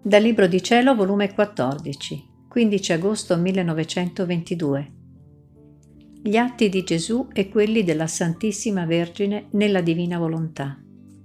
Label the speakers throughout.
Speaker 1: Dal Libro di Cielo, volume 14, 15 agosto 1922. Gli atti di Gesù e quelli della Santissima Vergine nella Divina Volontà.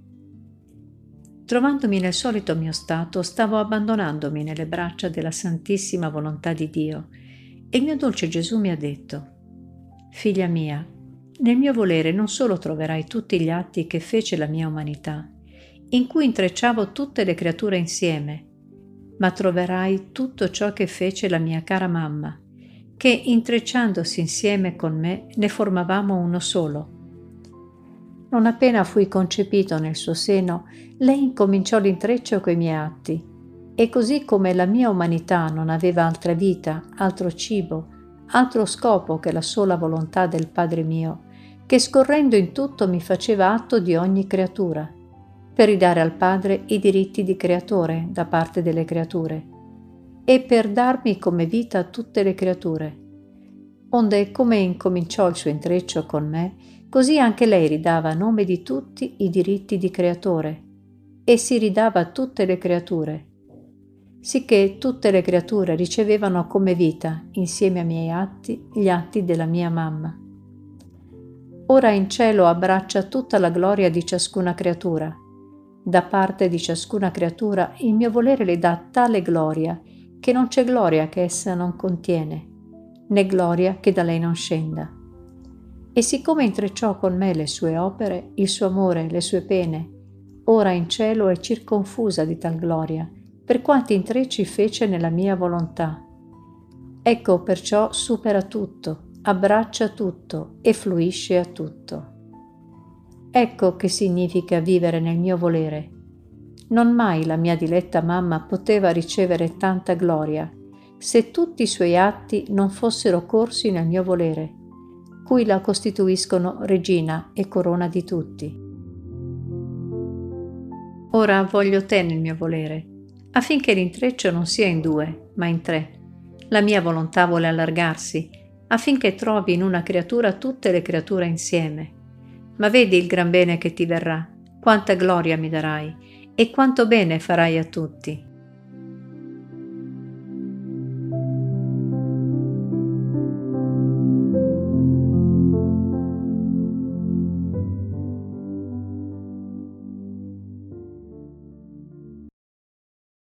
Speaker 1: Trovandomi nel solito mio stato, stavo abbandonandomi nelle braccia della Santissima Volontà di Dio e il mio dolce Gesù mi ha detto: «Figlia mia, nel mio volere non solo troverai tutti gli atti che fece la mia umanità, in cui intrecciavo tutte le creature insieme, ma troverai tutto ciò che fece la mia cara mamma, che intrecciandosi insieme con me ne formavamo uno solo. Non appena fui concepito nel suo seno, lei incominciò l'intreccio coi miei atti, e così come la mia umanità non aveva altra vita, altro cibo, altro scopo che la sola volontà del Padre mio, che scorrendo in tutto mi faceva atto di ogni creatura, per ridare al Padre i diritti di creatore da parte delle creature e per darmi come vita a tutte le creature. Onde come incominciò il suo intreccio con me, così anche lei ridava a nome di tutti i diritti di creatore e si ridava a tutte le creature, sicché tutte le creature ricevevano come vita, insieme ai miei atti, gli atti della mia mamma. Ora in cielo abbraccia tutta la gloria di ciascuna creatura. Da parte di ciascuna creatura il mio volere le dà tale gloria che non c'è gloria che essa non contiene, né gloria che da lei non scenda. E siccome intrecciò con me le sue opere, il suo amore, le sue pene, ora in cielo è circonfusa di tal gloria, per quanti intrecci fece nella mia volontà. Ecco perciò supera tutto, abbraccia tutto e fluisce a tutto. Ecco che significa vivere nel mio volere. Non mai la mia diletta mamma poteva ricevere tanta gloria se tutti i suoi atti non fossero corsi nel mio volere, cui la costituiscono regina e corona di tutti. Ora voglio te nel mio volere, affinché l'intreccio non sia in due, ma in tre. La mia volontà vuole allargarsi, affinché trovi in una creatura tutte le creature insieme. Ma vedi il gran bene che ti verrà, quanta gloria mi darai e quanto bene farai a tutti.